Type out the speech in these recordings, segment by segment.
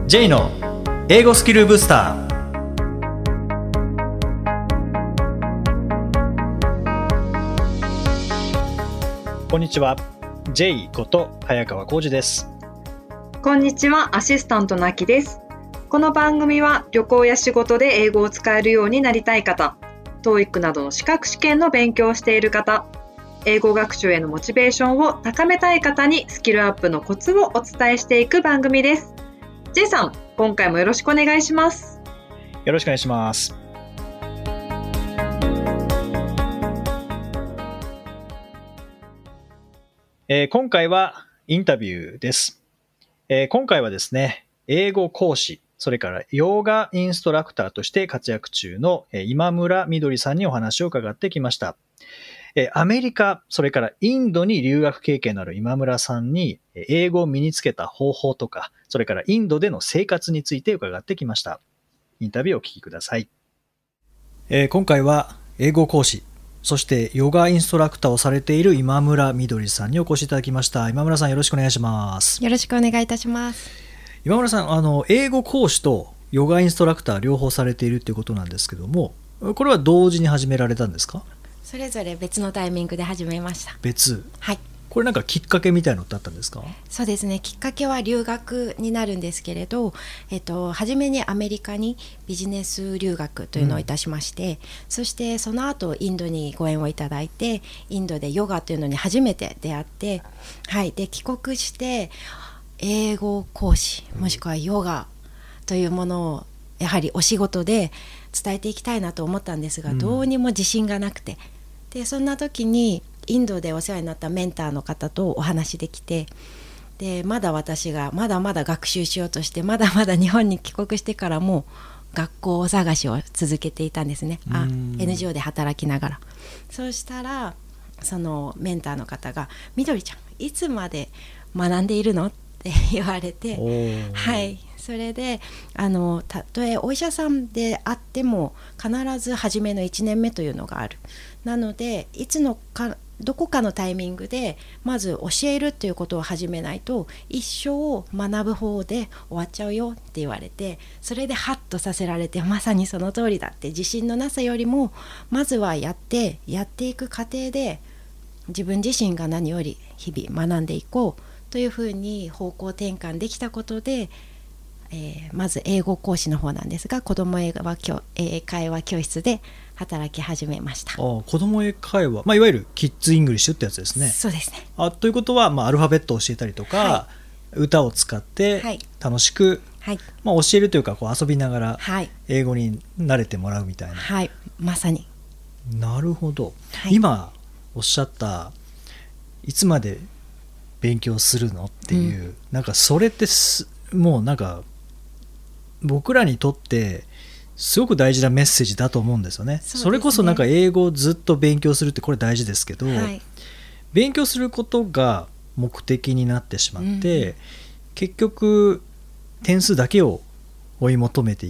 J の英語スキルブスター。こんにちは、 J こと早川浩二です。 こんにちは、アシスタントのあきです。この番組は旅行や仕事で英語を使えるようになりたい方、TOEIC などの資格試験の勉強をしている方、英語学習へのモチベーションを高めたい方にスキルアップのコツをお伝えしていく番組です。 J さん、今回もよろしくお願いします。 よろしくお願いします。今回はインタビューです。今回はですね、英語講師、それからヨガインストラクターとして活躍中の今村みどりさんにお話を伺ってきました。アメリカ、それからインドに留学経験のある今村さんに英語を身につけた方法とか、それからインドでの生活について伺ってきました。インタビューをお聞きください。今回は英語講師、そしてヨガインストラクターをされている今村みどりさんにお越しいただきました。今村さん、よろしくお願いします。 よろしくお願いいたします。 今村さん、英語講師とヨガインストラクター両方されているということなんですけども、これは同時に始められたんですか？ それぞれ別のタイミングで始めました。 別？ はい。 これなんかきっかけみたいなのってあったんですか？ そうですね、きっかけは留学になるんですけれど、初めにアメリカにビジネス留学というのをいたしまして、そしてその後インドにご縁をいただいて、インドでヨガというのに初めて出会って、はい、で帰国して英語講師もしくはヨガというものをやはりお仕事で伝えていきたいなと思ったんですが、どうにも自信がなくて、でそんな時にインドでお世話になったメンターの方とお話できて、でまだ私がまだまだ学習しようとして、まだまだ日本に帰国してからも学校探しを続けていたんですね。NGO で働きながら。そうしたらそのメンターの方が、みどりちゃんいつまで学んでいるのって言われて、はい、それでたとえお医者さんであっても必ず初めの1年目というのがある。なのでどこかのタイミングでまず教えるということを始めないと一生学ぶ方で終わっちゃうよって言われて、それでハッとさせられて、まさにその通りだって、自信のなさよりもまずはやっていく過程で自分自身が何より日々学んでいこうというふうに方向転換できたことで、まず英語講師の方なんですが、子ども英会話教室で働き始めました。 子ども英会話、いわゆるキッズイングリッシュってやつですね。 そうですね。 ということは、アルファベットを教えたりとか、はい、歌を使って楽しく、はい、教えるというか遊びながら英語に慣れてもらうみたいな、 はい、まさに。 なるほど、 はい、 今おっしゃったいつまで勉強するのっていう、なんかそれってもうなんか僕らにとってすごく大事なメッセージだと思うんですよね。それこそなんか英語をずっと勉強するってこれ大事ですけど、はい、勉強することが目的になってしまって、結局点数だけを追い求めていって、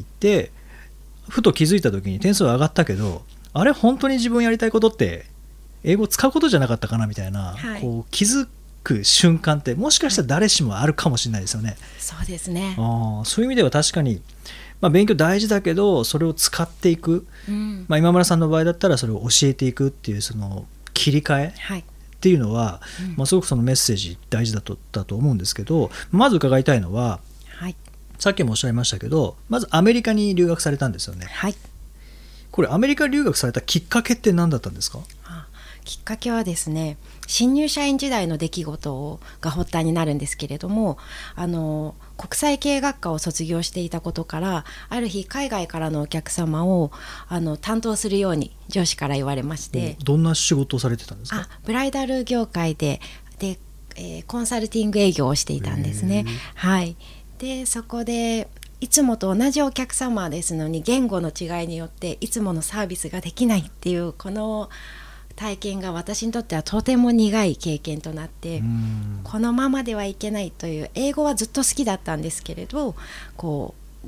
ふと気づいた時に点数は上がったけど、あれ本当に自分やりたいことって英語を使うことじゃなかったかなみたいな、はい、こう気づく瞬間ってもしかしたら誰しもあるかもしれないですよね。 そうですね。 そういう意味では確かに、勉強大事だけどそれを使っていく、今村さんの場合だったらそれを教えていくっていうその切り替えっていうのは、すごくそのメッセージ大事だと思うんですけど、まず伺いたいのは、 はい、 さっきもおっしゃいましたけど、まずアメリカに留学されたんですよね。 はい、 これアメリカ留学されたきっかけって何だったんですか？ きっかけはですね、新入社員時代の出来事が発端になるんですけれども、国際経営学科を卒業していたことから、ある日海外からのお客様を担当するように上司から言われまして。 どんな仕事をされてたんですか？ ブライダル業界でコンサルティング営業をしていたんですね。はい、でそこでいつもと同じお客様ですのに、言語の違いによっていつものサービスができないっていうこの体験が私にとってはとても苦い経験となって、このままではいけないという、英語はずっと好きだったんですけれど、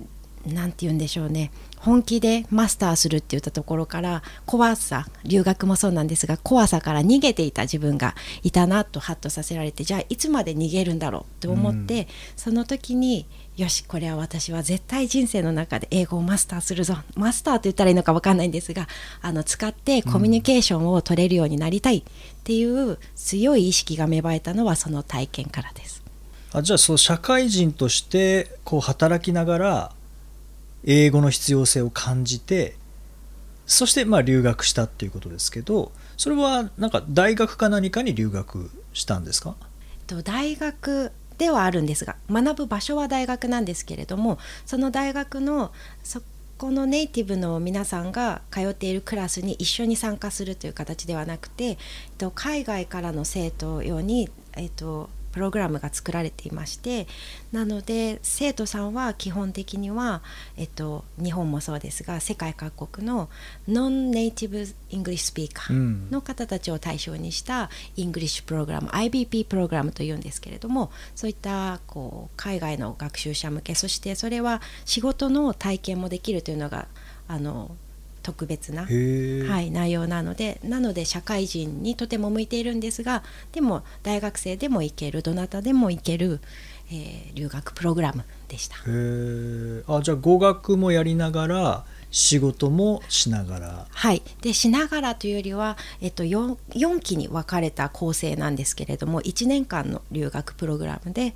なんて言うんでしょうね、本気でマスターするって言ったところから、怖さ、留学もそうなんですが、怖さから逃げていた自分がいたなとハッとさせられて、じゃあいつまで逃げるんだろうと思って、その時によし、これは私は絶対人生の中で英語をマスターするぞ、マスターと言ったらいいのか分かんないんですが、使ってコミュニケーションを取れるようになりたいっていう強い意識が芽生えたのはその体験からです。 じゃあそう社会人としてこう働きながら英語の必要性を感じて、そして留学したっていうことですけど、それはなんか大学か何かに留学したんですか？ 大学ではあるんですが、学ぶ場所は大学なんですけれども、その大学のそこのネイティブの皆さんが通っているクラスに一緒に参加するという形ではなくて、海外からの生徒用に、プログラムが作られていまして、なので生徒さんは基本的には、日本もそうですが世界各国のノンネイティブイングリッシュスピーカーの方たちを対象にしたイングリッシュプログラム、IBP プログラムというんですけれども、そういった海外の学習者向け、そしてそれは仕事の体験もできるというのが特別な、内容なので社会人にとても向いているんですが、でも大学生でも行ける、どなたでも行ける、留学プログラムでした。 じゃあ語学もやりながら仕事もしながら。 でしながらというよりは、4期に分かれた構成なんですけれども、1年間の留学プログラムで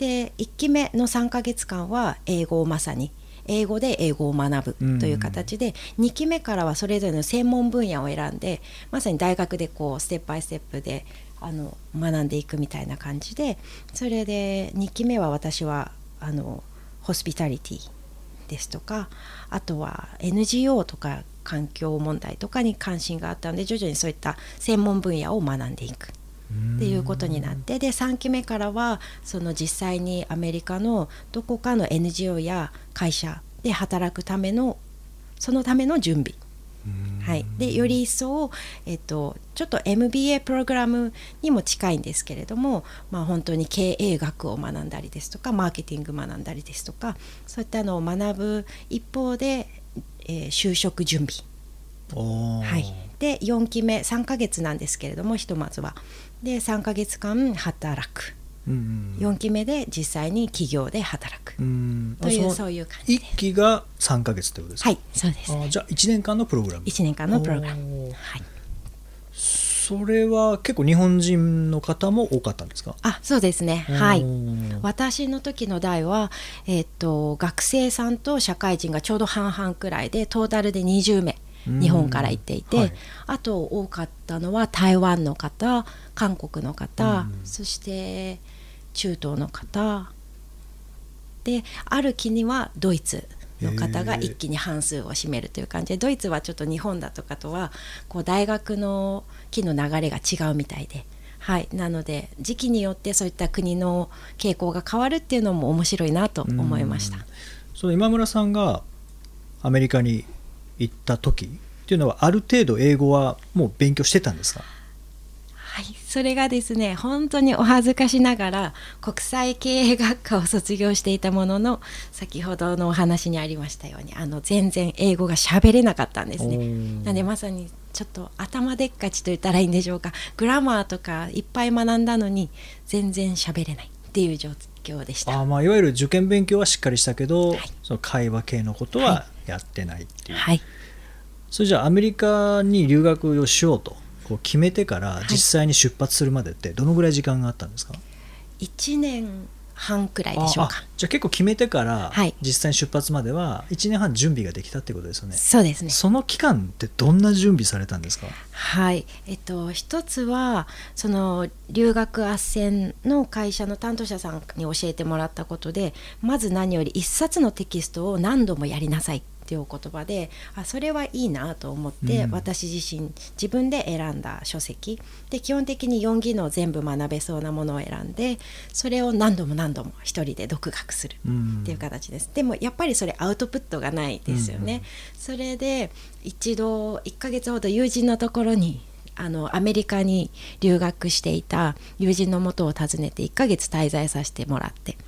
1期目の3ヶ月間は英語をまさに英語で英語を学ぶという形で、2期目からはそれぞれの専門分野を選んで、まさに大学でステップバイステップで学んでいくみたいな感じで、それで2期目は私はホスピタリティですとか、あとは NGO とか環境問題とかに関心があったので、徐々にそういった専門分野を学んでいくっていうことになって、で3期目からはその実際にアメリカのどこかの NGO や会社で働くためのそのための準備、でより一層、ちょっと MBA プログラムにも近いんですけれども、本当に経営学を学んだりですとか、マーケティング学んだりですとか、そういったのを学ぶ一方で、就職準備、で4期目3ヶ月なんですけれども、ひとまずはで3ヶ月間働く、4期目で実際に企業で働くという、そういう感じです。 1期が3ヶ月ということですか？ そうです。 じゃあ1年間のプログラム。 1年間のプログラム。 それは結構日本人の方も多かったんですか？ そうですね。私の時の代は、学生さんと社会人がちょうど半々くらいで、トータルで20名日本から行っていて、あと多かったのは台湾の方、韓国の方、そして中東の方で、ある期にはドイツの方が一気に半数を占めるという感じで、ドイツはちょっと日本だとかとは大学の期の流れが違うみたいで、なので時期によってそういった国の傾向が変わるっていうのも面白いなと思いました。 その今村さんがアメリカに行った時っていうのは、ある程度英語はもう勉強してたんですか？ それがですね、本当にお恥ずかしながら国際経営学科を卒業していたものの、先ほどのお話にありましたように全然英語が喋れなかったんですね。なのでまさにちょっと頭でっかちと言ったらいいんでしょうか、グラマーとかいっぱい学んだのに全然喋れないっていう状況でした。 いわゆる受験勉強はしっかりしたけど、その会話系のことはやってないっていう、それじゃあアメリカに留学をしようと決めてから実際に出発するまでってどのぐらい時間があったんですか ？1年半くらいでしょうか。 じゃあ結構決めてから実際に出発までは1年半準備ができたってことですよね。 そうですね。 その期間ってどんな準備されたんですか？ 一つはその留学斡旋の会社の担当者さんに教えてもらったことで、まず何より一冊のテキストを何度もやりなさいっていうお言葉で、それはいいなと思って、私自身自分で選んだ書籍で、基本的に4技能全部学べそうなものを選んで、それを何度も何度も一人で独学するっていう形です。でもやっぱりそれアウトプットがないですよね。それで一度1ヶ月ほど友人のところにアメリカに留学していた友人の元を訪ねて1ヶ月滞在させてもらって、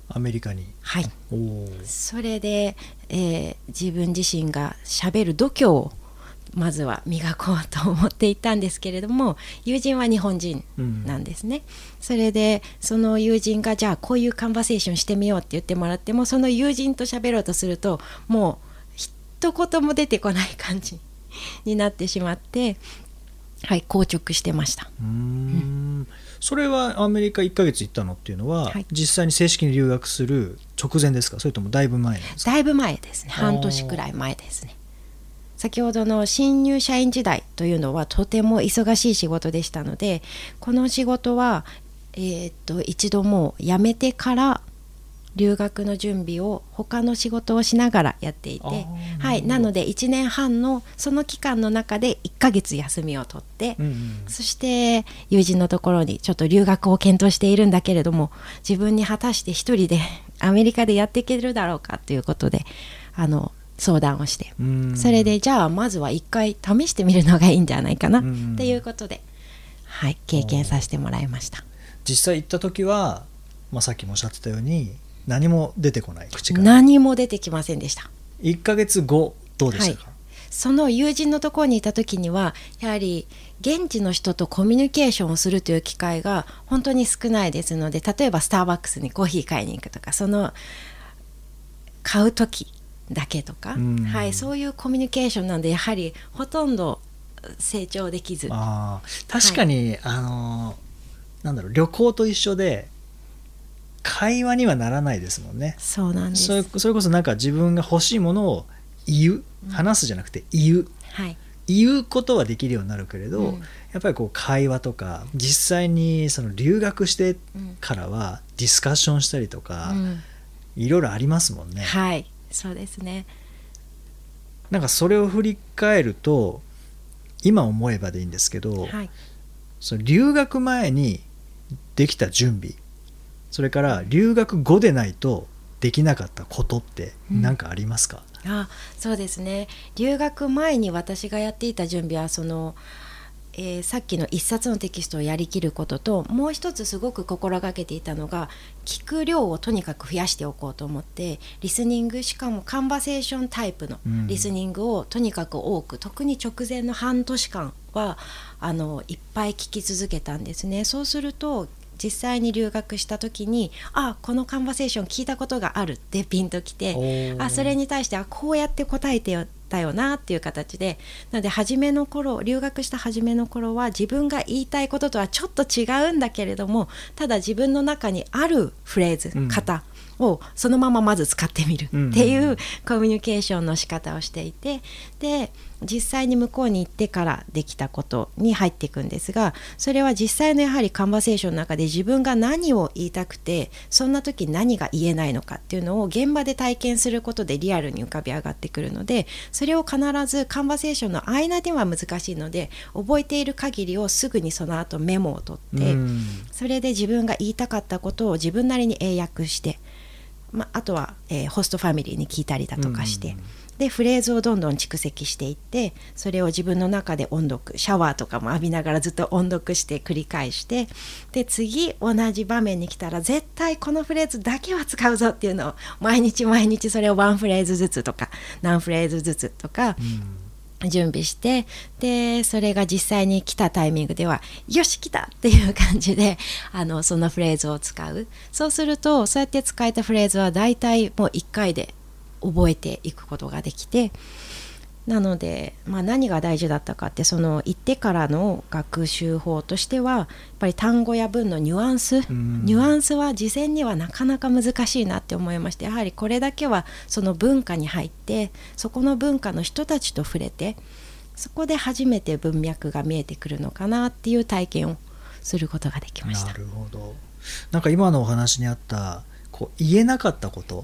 アメリカに。 はい、 おー。 それで、自分自身がしゃべる度胸をまずは磨こうと思っていたんですけれども、友人は日本人なんですね、それでその友人がじゃあこういうカンバセーションしてみようって言ってもらっても、その友人と喋ろうとするともう一言も出てこない感じになってしまって、はい、硬直してました。 それはアメリカ1ヶ月行ったのっていうのは、 はい、 実際に正式に留学する直前ですか、それともだいぶ前なんですか？ だいぶ前ですね、半年くらい前ですね。先ほどの新入社員時代というのはとても忙しい仕事でしたので、この仕事は、一度もう辞めてから留学の準備を他の仕事をしながらやっていて、はい、なので1年半のその期間の中で1ヶ月休みを取って、そして友人のところにちょっと留学を検討しているんだけれども、自分に果たして一人でアメリカでやっていけるだろうかということで相談をして、それでじゃあまずは一回試してみるのがいいんじゃないかなっていうことで、はい、経験させてもらいました。 実際行った時は、さっきもおっしゃってたように何も出てこない、口から何も出てきませんでした。 1ヶ月後どうでしたか？ はい、その友人のところにいた時にはやはり現地の人とコミュニケーションをするという機会が本当に少ないですので、例えばスターバックスにコーヒー買いに行くとか、その買う時だけとか、はい、そういうコミュニケーションなんでやはりほとんど成長できず。 確かに、旅行と一緒で会話にはならないですもんね。 そうなんです。 それこそなんか自分が欲しいものを話すじゃなくて言うことはできるようになるけれど、やっぱりこう会話とか実際にその留学してからはディスカッションしたりとか、いろいろありますもんね。 はい、そうですね。 なんかそれを振り返ると今思えばでいいんですけど、 はい、 その留学前にできた準備、それから留学後でないとできなかったことって何かありますか？ そうですね。留学前に私がやっていた準備はさっきの一冊のテキストをやりきることと、もう一つすごく心がけていたのが聞く量をとにかく増やしておこうと思って、リスニング、しかもカンバセーションタイプのリスニングをとにかく多く、特に直前の半年間はいっぱい聞き続けたんですね。そうすると実際に留学した時にこのカンバセーション聞いたことがあるってピンときて、それに対してこうやって答えてたよなっていう形で、なので留学した初めの頃は自分が言いたいこととはちょっと違うんだけれども、ただ自分の中にあるフレーズ、型をそのまままず使ってみるっていうコミュニケーションの仕方をしていて、で実際に向こうに行ってからできたことに入っていくんですが、それは実際のやはりカンバセーションの中で自分が何を言いたくて、そんな時何が言えないのかっていうのを現場で体験することでリアルに浮かび上がってくるので、それを必ずカンバセーションの間では難しいので、覚えている限りをすぐにその後メモを取って、それで自分が言いたかったことを自分なりに英訳して、あとは、ホストファミリーに聞いたりだとかして、でフレーズをどんどん蓄積していって、それを自分の中で音読、シャワーとかも浴びながらずっと音読して繰り返して、で次同じ場面に来たら絶対このフレーズだけは使うぞっていうのを毎日毎日それをワンフレーズずつとか何フレーズずつとか準備して、でそれが実際に来たタイミングではよし来たっていう感じでそのフレーズを使う。そうするとそうやって使えたフレーズはだいたいもう1回で覚えていくことができて、なので、何が大事だったかって、その行ってからの学習法としてはやっぱり単語や文のニュアンスは事前にはなかなか難しいなって思いまして、やはりこれだけはその文化に入って、そこの文化の人たちと触れて、そこで初めて文脈が見えてくるのかなっていう体験をすることができました。 なるほど。なんか今のお話にあった言えなかったこと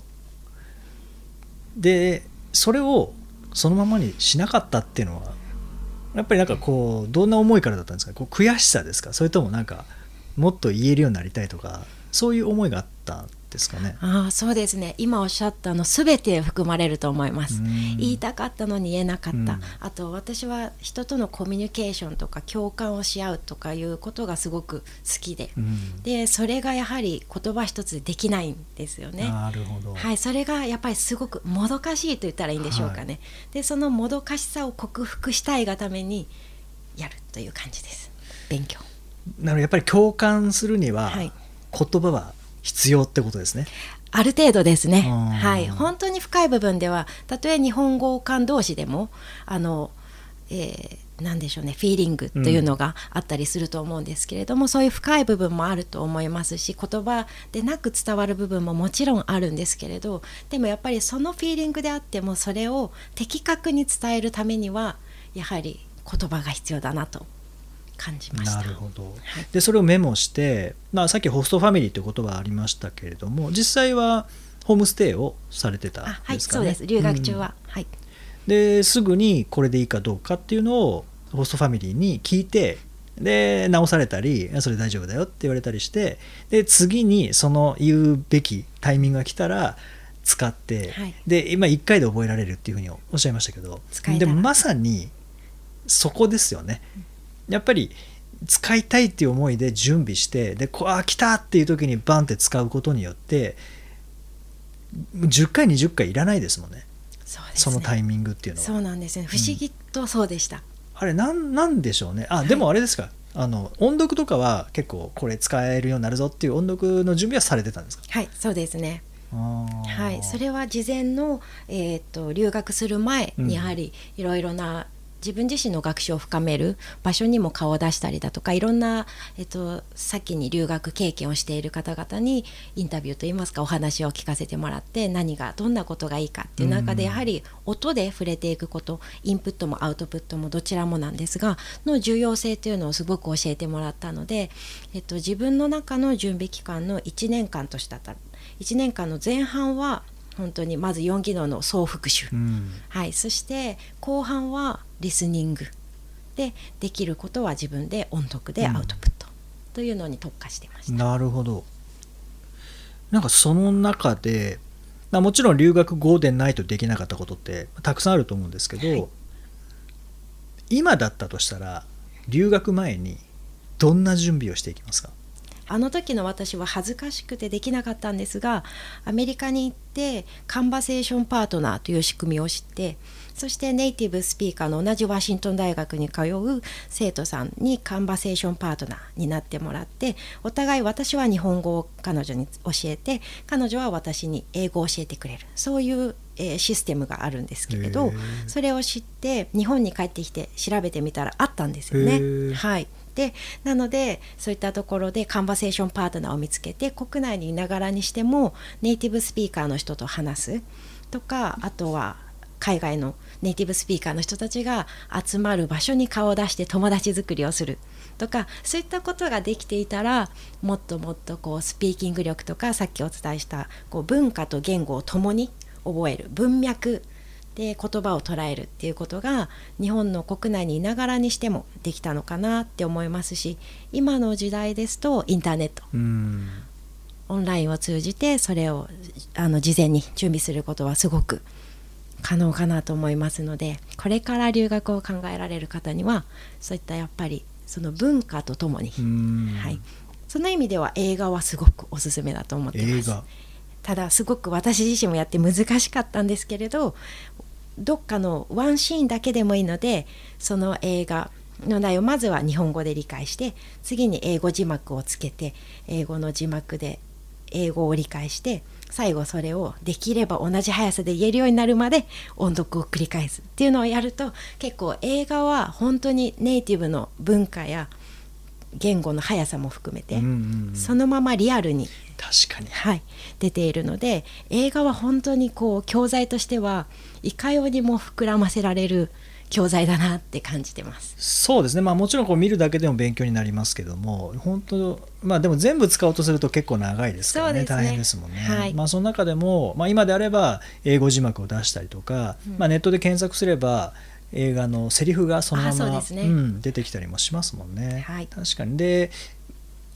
で、それをそのままにしなかったっていうのはやっぱりどんな思いからだったんですか？悔しさですか？それともなんかもっと言えるようになりたいとか、そういう思いがあったんですかね。 そうですね、今おっしゃった全て含まれると思います。言いたかったのに言えなかった、あと私は人とのコミュニケーションとか共感をし合うとかいうことがすごく好きで、でそれがやはり言葉一つでできないんですよね。 なるほど、 はい、それがやっぱりすごくもどかしいと言ったらいいんでしょうかね、でそのもどかしさを克服したいがためにやるという感じです。勉強なのでやっぱり共感するには言葉は必要ってことですね。 ある程度ですね、はい、本当に深い部分ではたとえ日本語間同士でもなんでしょうね、フィーリングというのがあったりすると思うんですけれども、そういう深い部分もあると思いますし、言葉でなく伝わる部分ももちろんあるんですけれど、でもやっぱりそのフィーリングであってもそれを的確に伝えるためにはやはり言葉が必要だなと感じました。 なるほど、でそれをメモして、さっきホストファミリーという言葉ありましたけれども、実際はホームステイをされてたんですかね。 はい、そうです、留学中は、はい、 ですぐにこれでいいかどうかっていうのをホストファミリーに聞いて、で直されたりそれ大丈夫だよって言われたりして、で次にその言うべきタイミングが来たら使って、で今1回で覚えられるっていうふうにおっしゃいましたけど、でもまさにそこですよね。やっぱり使いたいっていう思いで準備して、で来たっていう時にバンって使うことによって10回20回いらないですもんね。 そうですね、 そのタイミングっていうのは。 そうなんですね、不思議とそうでした、 あれなんでしょうね。でもあれですか、音読とかは結構これ使えるようになるぞっていう音読の準備はされてたんですか。 はい、そうですね。はい、それは事前の、留学する前にやはりいろいろな自分自身の学習を深める場所にも顔を出したりだとか、いろんな、先に留学経験をしている方々にインタビューといいますかお話を聞かせてもらって、どんなことがいいかっていう中でやはり音で触れていくこと、インプットもアウトプットもどちらもなんですがの重要性というのをすごく教えてもらったので、自分の中の準備期間の1年間としたら1年間の前半は本当にまず4技能の総復習、はい、そして後半はリスニングで、できることは自分で音読でアウトプットというのに特化してました。 なるほど。なんかその中でもちろん留学後でないとできなかったことってたくさんあると思うんですけど、今だったとしたら留学前にどんな準備をしていきますか。 あの時の私は恥ずかしくてできなかったんですが、アメリカに行ってカンバセーションパートナーという仕組みを知って、そしてネイティブスピーカーの同じワシントン大学に通う生徒さんにカンバセーションパートナーになってもらって、お互い私は日本語を彼女に教えて、彼女は私に英語を教えてくれる、そういうシステムがあるんですけれど、それを知って日本に帰ってきて調べてみたらあったんですよね。はい、でなのでそういったところでカンバセーションパートナーを見つけて、国内にいながらにしてもネイティブスピーカーの人と話すとか、あとは海外のネイティブスピーカーの人たちが集まる場所に顔を出して友達作りをするとか、そういったことができていたらもっともっとスピーキング力とか、さっきお伝えした文化と言語を共に覚える、文脈で言葉を捉えるっていうことが日本の国内にいながらにしてもできたのかなって思いますし、今の時代ですとインターネット、オンラインを通じてそれを事前に準備することはすごく可能かなと思いますので、これから留学を考えられる方にはそういったやっぱりその文化とともに、はい、その意味では映画はすごくおすすめだと思ってます。ただすごく私自身もやって難しかったんですけれど、どっかのワンシーンだけでもいいので、その映画の内容をまずは日本語で理解して、次に英語字幕をつけて英語の字幕で英語を理解して、最後それをできれば同じ速さで言えるようになるまで音読を繰り返すっていうのをやると、結構映画は本当にネイティブの文化や言語の速さも含めて、そのままリアルに確かに、 はい、出ているので、映画は本当に教材としてはいかようにも膨らませられる教材だなって感じてます。 そうですね、もちろん見るだけでも勉強になりますけども、本当でも全部使おうとすると結構長いですからね、大変ですもんね。はい、その中でも、今であれば英語字幕を出したりとか、ネットで検索すれば映画のセリフがそのまま、出てきたりもしますもんね。はい、確かに。で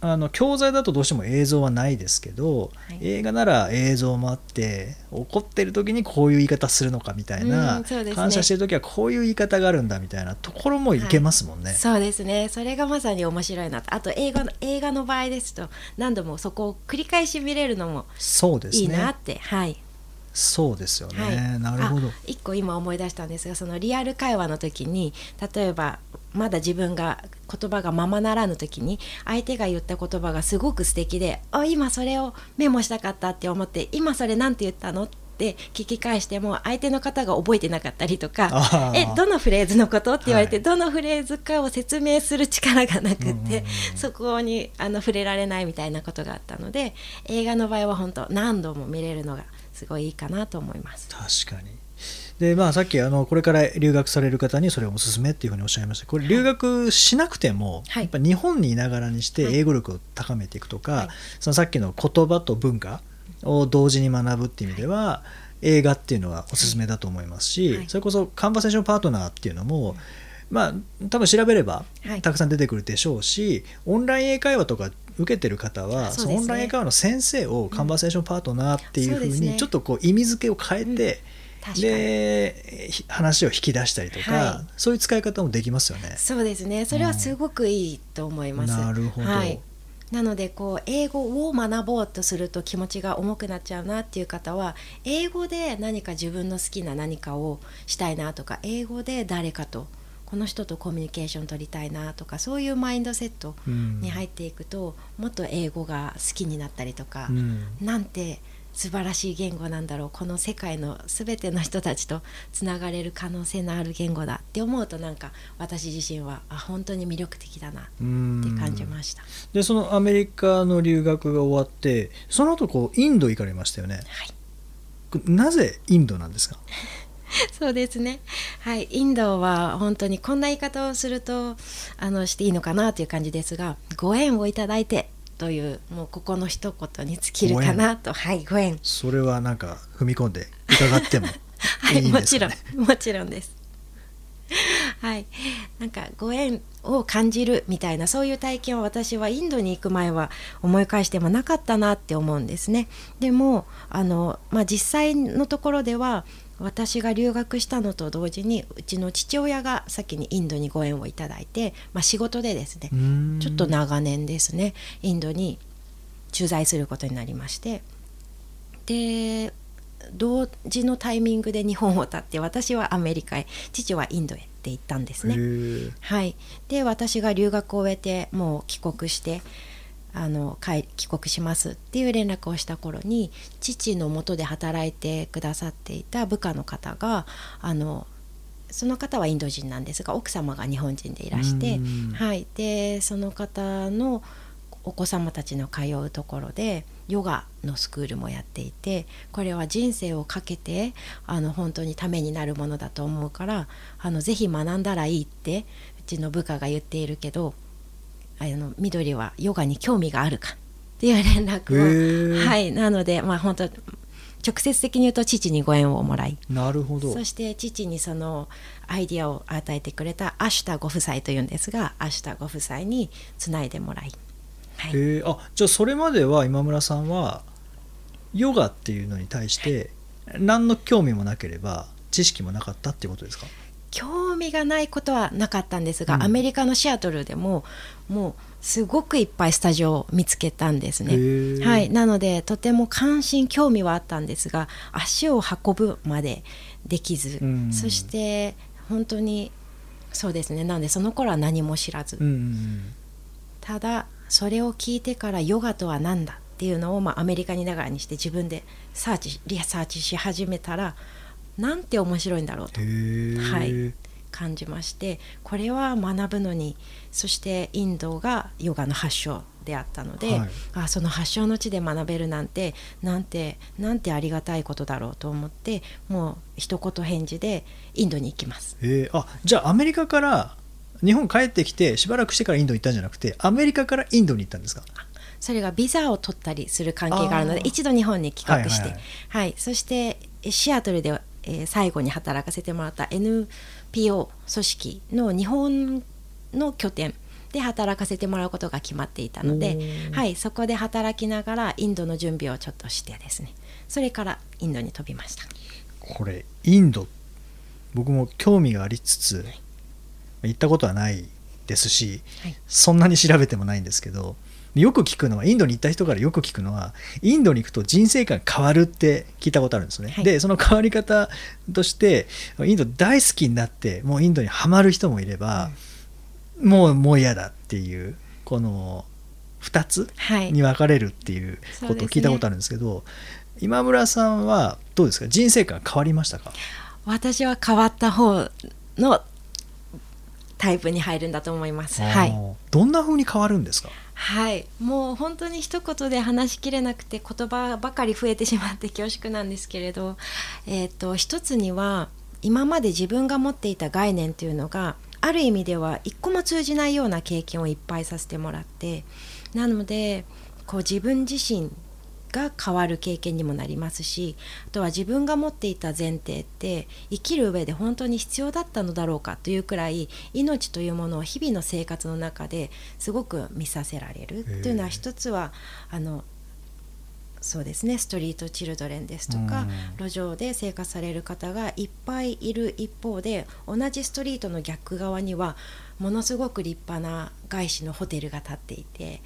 教材だとどうしても映像はないですけど、 はい、 映画なら映像もあって怒ってる時にこういう言い方するのかみたいな、 そうですね、 感謝してる時はこういう言い方があるんだみたいなところもいけますもんね、 はい、そうですね。それがまさに面白いなと。あと映画の場合ですと何度もそこを繰り返し見れるのもいいなって、はい、 そうですよね、 はい、 なるほど。 一個今思い出したんですが、そのリアル会話の時に例えばまだ自分が言葉がままならぬ時に相手が言った言葉がすごく素敵で、今それをメモしたかったって思って、今それなんて言ったのって聞き返しても相手の方が覚えてなかったりとか、どのフレーズのことって言われて、はい、どのフレーズかを説明する力がなくって、そこに触れられないみたいなことがあったので、映画の場合は本当何度も見れるのがすごいいいかなと思います。 確かに。でさっきこれから留学される方にそれをおすすめっていうふうにおっしゃいました。これ留学しなくても、はい、やっぱ日本にいながらにして英語力を高めていくとか、はい、そのさっきの言葉と文化を同時に学ぶっていう意味では、はい、映画っていうのはおすすめだと思いますし、はい、それこそカンバセーションパートナーっていうのも、多分調べればたくさん出てくるでしょうし、オンライン英会話とか受けてる方は そのオンライン英会話の先生をカンバセーションパートナーっていうふうにちょっとこう意味付けを変えて、で話を引き出したりとか、はい、そういう使い方もできますよね。 そうですね、それはすごくいいと思います、 なるほど、 はい、なので英語を学ぼうとすると気持ちが重くなっちゃうなっていう方は、英語で何か自分の好きな何かをしたいなとか、英語で誰かとこの人とコミュニケーション取りたいなとか、そういうマインドセットに入っていくと、もっと英語が好きになったりとか、なんて素晴らしい言語なんだろう、この世界の全ての人たちとつながれる可能性のある言語だって思うと、なんか私自身は本当に魅力的だなって感じました。 でそのアメリカの留学が終わって、その後インド行かれましたよね、 はい、 なぜインドなんですか？ そうですね、はい、インドは本当にこんな言い方をするとしていいのかなという感じですが、ご縁をいただいてという、もうここの一言に尽きるかなと。はい、ご縁。 それはなんか踏み込んで伺ってもいいんですかね？ はい、もちろんです。はい、なんかご縁を感じるみたいな、そういう体験は私はインドに行く前は思い返してもなかったなって思うんですね。でも実際のところでは、私が留学したのと同時にうちの父親が先にインドにご縁をいただいて、仕事でですね、ちょっと長年ですねインドに駐在することになりまして、で同時のタイミングで日本を立って、私はアメリカへ、父はインドへって行ったんですね。はい、で私が留学を終えてもう帰国して帰国しますっていう連絡をした頃に、父の下で働いてくださっていた部下の方がその方はインド人なんですが、奥様が日本人でいらして、はい、でその方のお子様たちの通うところでヨガのスクールもやっていて、これは人生をかけて本当にためになるものだと思うからぜひ学んだらいいってうちの部下が言っているけど、緑はヨガに興味があるかっていう連絡を、はい、なので本当直接的に言うと父にご縁をもらい、 なるほど、 そして父にそのアイディアを与えてくれたアシュタご夫妻というんですが、アシュタご夫妻につないでもらい、はい、 じゃあそれまでは今村さんはヨガっていうのに対して何の興味もなければ知識もなかったっていうことですか？ 興味がないことはなかったんですが、アメリカのシアトルでももうすごくいっぱいスタジオを見つけたんですね。はい、なのでとても関心興味はあったんですが、足を運ぶまでできず、そして本当にそうですね、なのでその頃は何も知らず、ただそれを聞いてからヨガとは何だっていうのを、アメリカにいながらにして自分でリサーチし始めたら、なんて面白いんだろうと、はい、感じまして、これは学ぶのに、そしてインドがヨガの発祥であったので、その発祥の地で学べるなんてなんてありがたいことだろうと思って、もう一言返事でインドに行きます。 じゃあアメリカから日本帰ってきてしばらくしてからインドに行ったんじゃなくて、アメリカからインドに行ったんですか？ それがビザを取ったりする関係があるので、一度日本に帰国して、そしてシアトルで最後に働かせてもらった NPO 組織の日本の拠点で働かせてもらうことが決まっていたので、はい、そこで働きながらインドの準備をちょっとしてですね、それからインドに飛びました。 これインド、僕も興味がありつつ、行ったことはないですし、 はい、 そんなに調べてもないんですけど、よく聞くのは、インドに行った人からよく聞くのは、インドに行くと人生観変わるって聞いたことあるんですね、 はい、 でその変わり方としてインド大好きになってもうインドにはまる人もいれば、もう嫌だっていう、この2つに分かれるっていうことを聞いたことあるんですけど、今村さんはどうですか、人生観変わりましたか？ 私は変わった方のタイプに入るんだと思います。はい、 どんな風に変わるんですか？ はい、もう本当に一言で話しきれなくて言葉ばかり増えてしまって恐縮なんですけれど、一つには今まで自分が持っていた概念というのがある意味では一個も通じないような経験をいっぱいさせてもらって、なのでこう自分自身が変わる経験にもなりますし、あとは自分が持っていた前提って生きる上で本当に必要だったのだろうかというくらい、命というものを日々の生活の中ですごく見させられるというのは、一つはそうですね、ストリートチルドレンですとか、路上で生活される方がいっぱいいる一方で、同じストリートの逆側にはものすごく立派な外資のホテルが建っていて、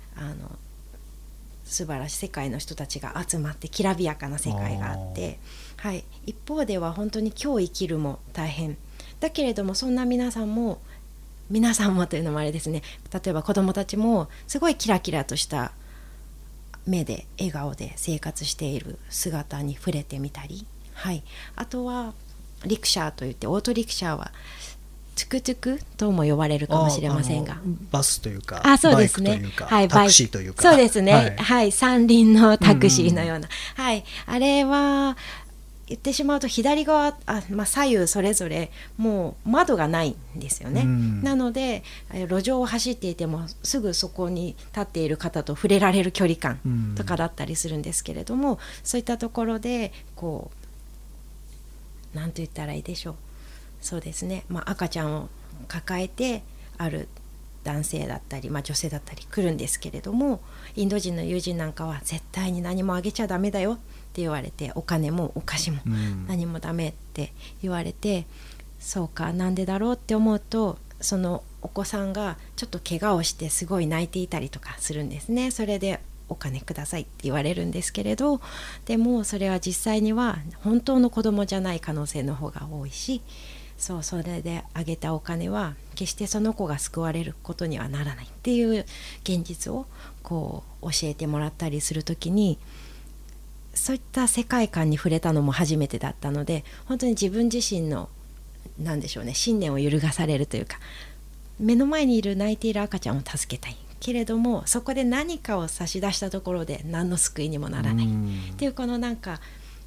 素晴らしい世界の人たちが集まってきらびやかな世界があって、はい、一方では本当に今日生きるも大変だけれども、そんな皆さんもというのもあれですね、例えば子どもたちもすごいキラキラとした目で笑顔で生活している姿に触れてみたり、はい、あとはリクシャーといって、オートリクシャーはトゥクトゥクとも呼ばれるかもしれませんが、 バスというかそうですね、 バイクというか、 はい、 タクシーというか、 そうですね、 はいはい、三輪のタクシーのような、はい、あれは言ってしまうと左側左右それぞれもう窓がないんですよね、なので路上を走っていてもすぐそこに立っている方と触れられる距離感とかだったりするんですけれども、そういったところでこうなんと言ったらいいでしょう、そうですね、赤ちゃんを抱えてある男性だったり、女性だったり来るんですけれども、インド人の友人なんかは絶対に何もあげちゃダメだよって言われて、お金もお菓子も何もダメって言われて、そうかなんでだろうって思うと、そのお子さんがちょっと怪我をしてすごい泣いていたりとかするんですね。それでお金くださいって言われるんですけれど、でもそれは実際には本当の子供じゃない可能性の方が多いし、それであげたお金は決してその子が救われることにはならないっていう現実をこう教えてもらったりするときに、そういった世界観に触れたのも初めてだったので、本当に自分自身のなんでしょうね、信念を揺るがされるというか、目の前にいる泣いている赤ちゃんを助けたいけれども、そこで何かを差し出したところで何の救いにもならないっていう、このなんか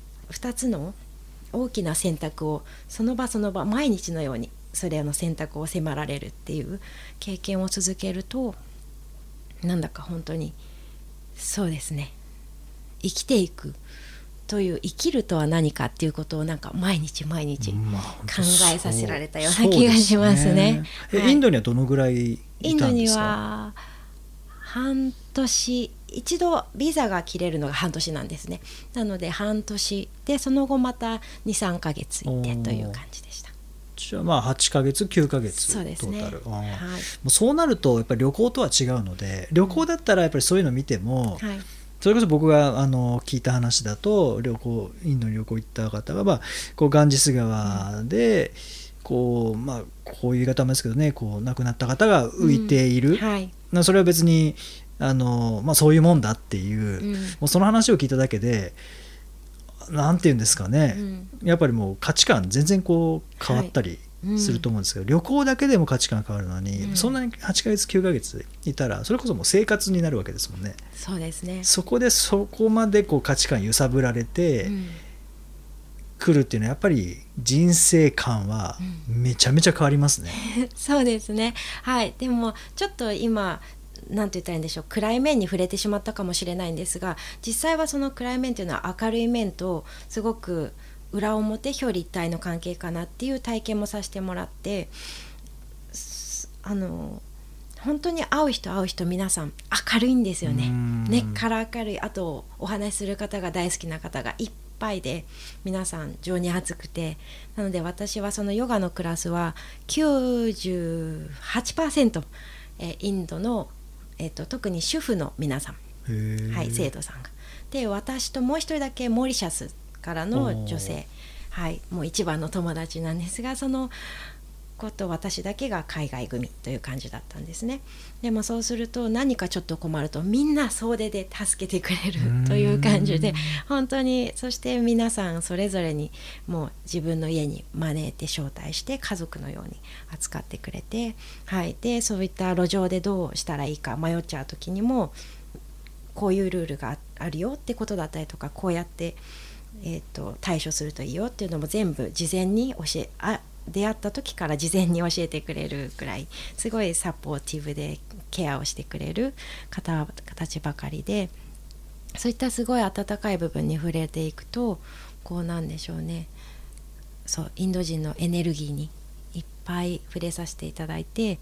2つの大きな選択をその場その場毎日のようにそれの選択を迫られるっていう経験を続けると、なんだか本当にそうですね、生きていくという、生きるとは何かっていうことをなんか毎日考えさせられたような気がしますね。 インドにはどのぐらいいたんですか？ インドには半年、一度ビザが切れるのが半年なんですね。なので半年で、その後また 2,3 ヶ月いてという感じでした。 じゃあ8ヶ月9ヶ月そうですね、 トータル、 はい、 もうそうなるとやっぱり旅行とは違うので、旅行だったらやっぱりそういうの見ても、 はい、 それこそ僕が聞いた話だと、インドに旅行行った方が、こうガンジス川でこういう言い方もですけどね、こう亡くなった方が浮いている、 はい、 それは別にそういうもんだっていう、もうその話を聞いただけで、なんていうんですかね、やっぱりもう価値観全然こう変わったりすると思うんですけど、旅行だけでも価値観変わるのに、そんなに8ヶ月9ヶ月いたらそれこそもう生活になるわけですもんね。 そうですね。 そこでそこまでこう価値観揺さぶられて来るっていうのは、やっぱり人生観はめちゃめちゃ変わりますね。 そうですね、はい。でもちょっと今なんて言ったらいいんでしょう、暗い面に触れてしまったかもしれないんですが、実際はその暗い面というのは明るい面とすごく裏表表裏一体の関係かなっていう体験もさせてもらって、 本当に会う人皆さん明るいんですよね。根っから明るい。あとお話しする方が大好きな方がいっぱいで、皆さん情に熱くて、なので私はそのヨガのクラスは 98% インドの、特に主婦の皆さん、はい、生徒さんがで、私ともう一人だけモーリシャスからの女性、はい、もう一番の友達なんですが、そのこと私だけが海外組という感じだったんですね。でもそうすると何かちょっと困るとみんな総出で助けてくれるという感じで、本当に、そして皆さんそれぞれにもう自分の家に招いて招待して家族のように扱ってくれて、はい、でそういった路上でどうしたらいいか迷っちゃう時にも、こういうルールがあるよってことだったりとか、こうやって、対処するといいよっていうのも全部事前に出会った時から事前に教えてくれるくらい、すごいサポーティブでケアをしてくれる方たちばかりで、そういったすごい温かい部分に触れていくと、こうなんでしょうね、そうインド人のエネルギーにいっぱい触れさせていただいて、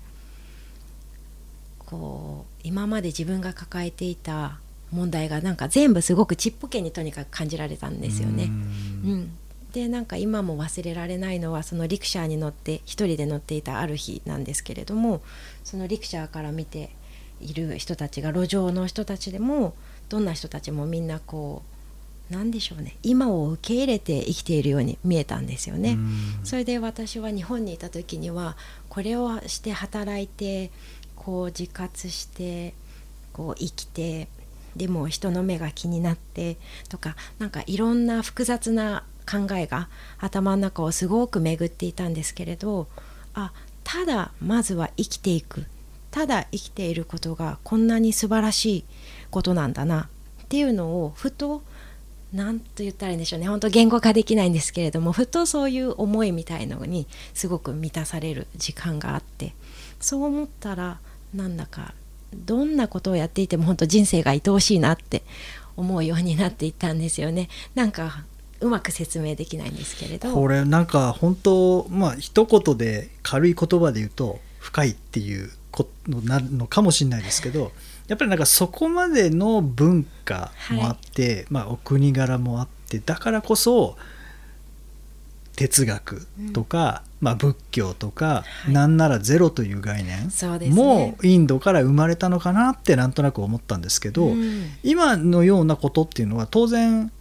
こう今まで自分が抱えていた問題がなんか全部すごくちっぽけにとにかく感じられたんですよね。でなんか今も忘れられないのは、そのリクシャーに乗って一人で乗っていたある日なんですけれども、そのリクシャーから見ている人たちが、路上の人たちでもどんな人たちもみんなこうなんでしょうね、今を受け入れて生きているように見えたんですよね。それで私は日本にいた時には、これをして働いてこう自活してこう生きて、でも人の目が気になってとか、なんかいろんな複雑な考えが頭の中をすごく巡っていたんですけれど、ただまずは生きていく、ただ生きていることがこんなに素晴らしいことなんだなっていうのをふと、なんと言ったらいいんでしょうね、本当言語化できないんですけれども、ふとそういう思いみたいのにすごく満たされる時間があって、そう思ったらなんだかどんなことをやっていても本当人生が愛おしいなって思うようになっていったんですよね。なんかうまく説明できないんですけれど、 これなんか本当、一言で軽い言葉で言うと深いっていうことなのかもしれないですけど、やっぱりなんかそこまでの文化もあって、お国柄もあって、だからこそ哲学とか、仏教とか、なんならゼロという概念もインドから生まれたのかなってなんとなく思ったんですけど、今のようなことっていうのは当然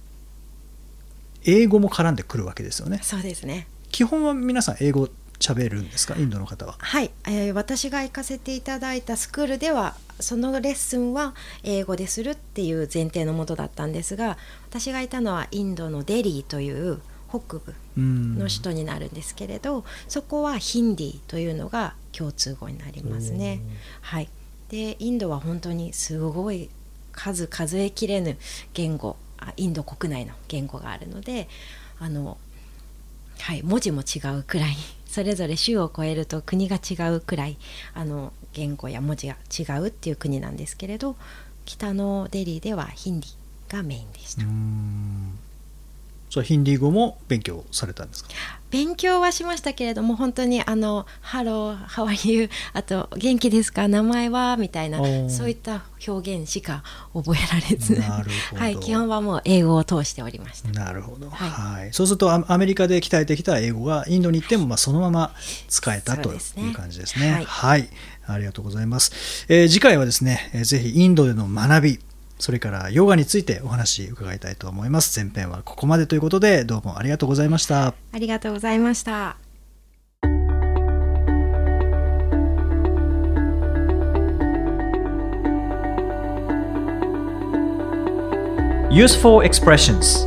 英語も絡んでくるわけですよね。 そうですね。 基本は皆さん英語喋るんですか、インドの方は。 はい、私が行かせていただいたスクールではそのレッスンは英語でするっていう前提のもとだったんですが、私がいたのはインドのデリーという北部の首都になるんですけれど、そこはヒンディーというのが共通語になりますね。はい、でインドは本当にすごい数えきれぬ言語、インド国内の言語があるので、文字も違うくらい、それぞれ州を越えると国が違うくらい言語や文字が違うっていう国なんですけれど、北のデリーではヒンディーがメインでした。 ヒンディー語も勉強されたんですか？ 勉強はしましたけれども、本当にハロー、ハワイユー、あと元気ですか、名前はみたいな、そういった表現しか覚えられず、 なるほど、 基本はもう英語を通しておりました。 なるほど、そうするとアメリカで鍛えてきた英語がインドに行ってもそのまま使えたという感じですね。はい、ありがとうございます。次回はですね、ぜひインドでの学び、それからヨガについてお話伺いたいと思います。前編はここまでということで、どうもありがとうございました。 ありがとうございました。 Useful expressions。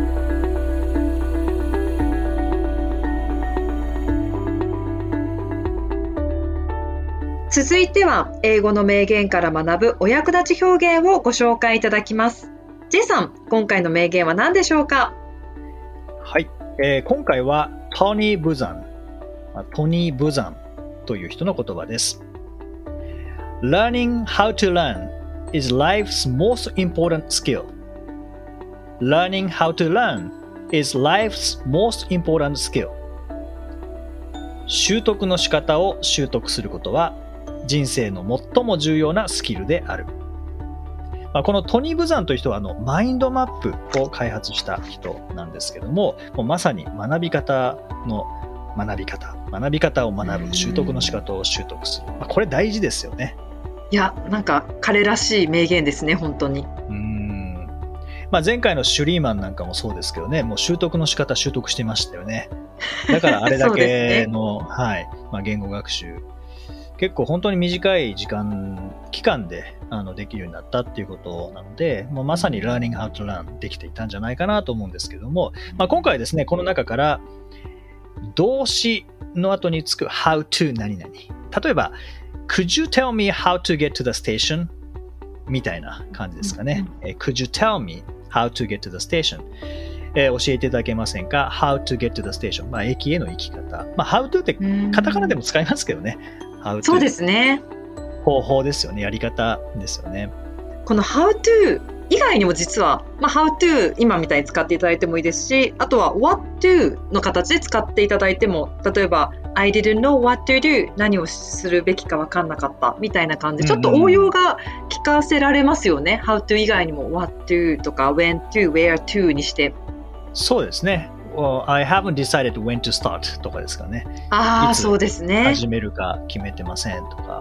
続いては英語の名言から学ぶお役立ち表現をご紹介いただきます。J さん、今回の名言は何でしょうか？ はい、今回はトニー・ブザンという人の言葉です。Learning how to learn is life's most important skill. Learning how to learn is life's most important skill. 習得の仕方を習得することは人生の最も重要なスキルである。このトニー・ブザンという人はマインドマップを開発した人なんですけども、もうまさに学び方を学ぶ、習得の仕方を習得する。これ大事ですよね。 いや、なんか彼らしい名言ですね、本当に。 前回のシュリーマンなんかもそうですけどね、もう習得の仕方習得してましたよね。だからあれだけの、はい言語学習、結構本当に短い期間でできるようになったっていうことなので、もうまさに learning how to learn できていたんじゃないかなと思うんですけども、今回ですね、この中から動詞の後につく how to 何々。例えば、Could you tell me how to get to the station? みたいな感じですかね。Could you tell me how to get to the station? 教えていただけませんか ?How to get to the station? 駅への行き方。how to ってカタカナでも使いますけどね。How to そうですね。 方法ですよね。やり方ですよね。 この How to 以外にも実は、How to 今みたいに使っていただいてもいいですし、あとは What to の形で使っていただいても、例えばI didn't know what to do 何をするべきか分かんなかったみたいな感じで、ちょっと応用が聞かせられますよね。How to 以外にも What to とか When to, Where to にして。 そうですね。I haven't decided when to start とかですかね。 そうですね。 始めるか決めてませんとか。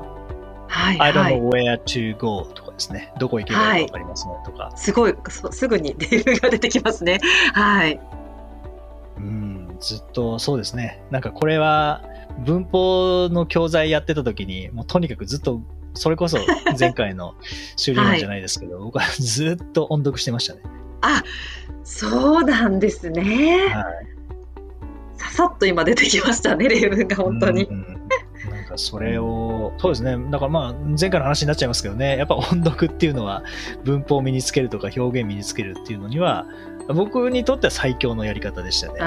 I don't know where to go とかですね。どこ行けばいいか分かりませんとか。 すごい、すぐに例文が出てきますね。はい。 ずっとそうですね。なんかこれは文法の教材やってた時に、もうとにかくずっと、それこそ前回のシュリーマンじゃないですけど、僕はずっと音読してましたね。 そうなんですね。ささっと今出てきましたね、例文が本当に。 なんかそれを、そうですね。だから前回の話になっちゃいますけどね、やっぱ音読っていうのは文法を身につけるとか表現身につけるっていうのには、僕にとっては最強のやり方でしたね。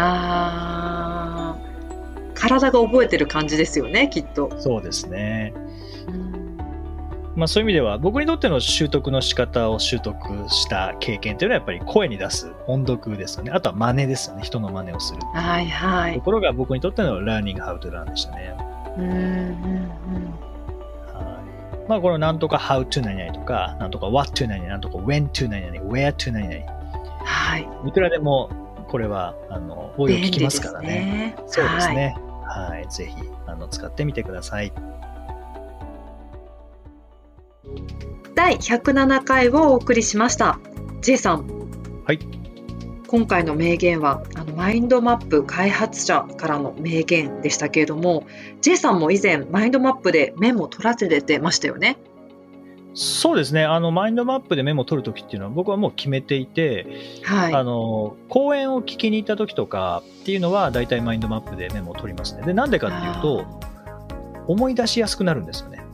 体が覚えてる感じですよね、きっと。 そうですね。そういう意味では僕にとっての習得の仕方を習得した経験というのはやっぱり声に出す音読ですよね。あとは真似ですよね。人の真似をする。ところが僕にとっての learning how to learn でしたね。このなんとか how to 何々とか、なんとか what to 何々、なんとか when to 何々、where to 何々。いくらでもこれは応用聞きますからね。そうですね。ぜひ使ってみてください。 第107回をお送りしました。J さん。 はい。 今回の名言はマインドマップ開発者からの名言でしたけれども、J さんも以前マインドマップでメモを取らせてましたよね。 そうですね。マインドマップでメモを取るときっていうのは僕はもう決めていて、講演を聞きに行ったときとかっていうのは大体マインドマップでメモを取りますね。で、なんでかっていうと思い出しやすくなるんですよね。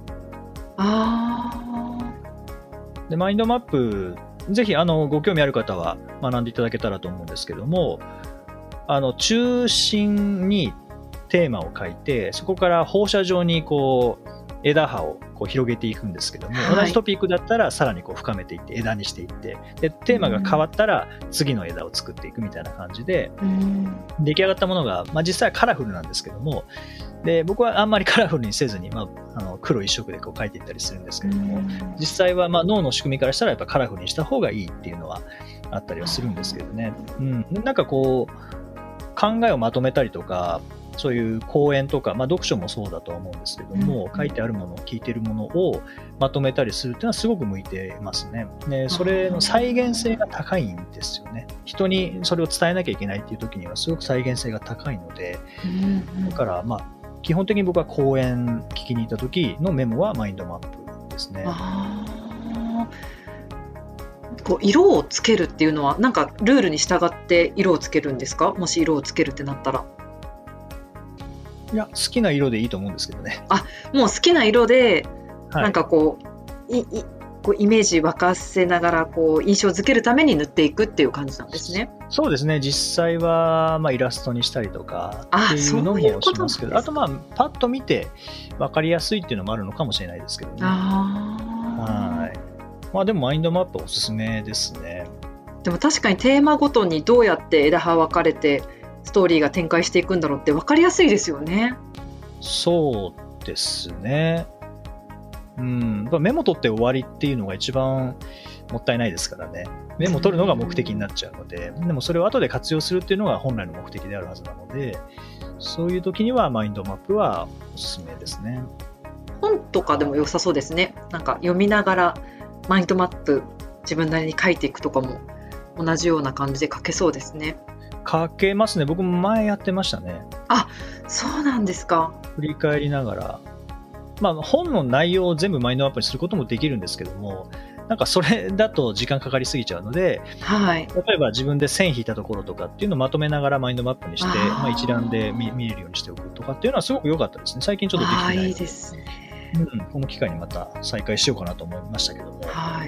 で、マインドマップぜひご興味ある方は学んでいただけたらと思うんですけども、中心にテーマを書いて、そこから放射状に枝葉を広げていくんですけども、同じトピックだったらさらに深めていって枝にしていって、でテーマが変わったら次の枝を作っていくみたいな感じで、出来上がったものが、実際はカラフルなんですけども、で僕はあんまりカラフルにせずに、黒一色で書いていったりするんですけれども、実際は脳の仕組みからしたらやっぱカラフルにした方がいいっていうのはあったりはするんですけどね。なんか考えをまとめたりとか、そういう講演とか、読書もそうだとは思うんですけども、書いてあるもの、聞いてるものをまとめたりするっていうのはすごく向いてますね。で、それの再現性が高いんですよね。人にそれを伝えなきゃいけないっていう時にはすごく再現性が高いので、だから基本的に僕は講演聞きに行った時のメモはマインドマップですね。 色をつけるっていうのはなんかルールに従って色をつけるんですか？もし色をつけるってなったら。 いや、好きな色でいいと思うんですけどね。 もう好きな色で、なんかイメージ沸かせながら印象づけるために塗っていくっていう感じなんですね。 そうですね。実際はイラストにしたりとかっていうのもしますけど、あとパッと見て分かりやすいっていうのもあるのかもしれないですけどね。でもマインドマップおすすめですね。 でも確かにテーマごとにどうやって枝葉分かれてストーリーが展開していくんだろうって分かりやすいですよね。 そうですね。 メモ取って終わりっていうのが一番もったいないですからね。メモ取るのが目的になっちゃうので、でもそれを後で活用するっていうのが本来の目的であるはずなので、そういう時にはマインドマップはおすすめですね。 本とかでも良さそうですね。なんか読みながらマインドマップ自分なりに書いていくとかも同じような感じで書けそうですね。 書けますね。僕も前やってましたね。 あ、そうなんですか。 振り返りながら、本の内容を全部マインドマップにすることもできるんですけども、なんかそれだと時間かかりすぎちゃうので、 はい、 例えば自分で線引いたところとかっていうのをまとめながらマインドマップにして、一覧で見れるようにしておくとかっていうのはすごく良かったですね。最近ちょっとできてないので、 いいですね。 この機会にまた再開しようかなと思いましたけども、 はい、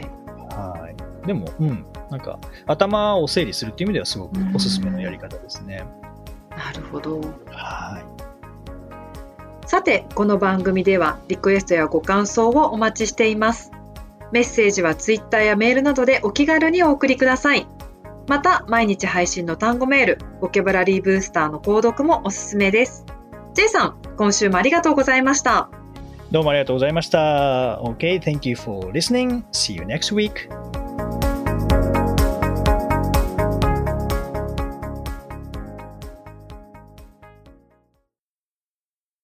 でも、なんか頭を整理するっていう意味ではすごくおすすめのやり方ですね。 なるほど。 はい。 さて、この番組ではリクエストやご感想をお待ちしています。メッセージはツイッターやメールなどでお気軽にお送りください。また、毎日配信の単語メール、ボキャブラリーブースターの購読もおすすめです。J さん、今週もありがとうございました。 どうもありがとうございました。Okay, thank you for listening. See you next week.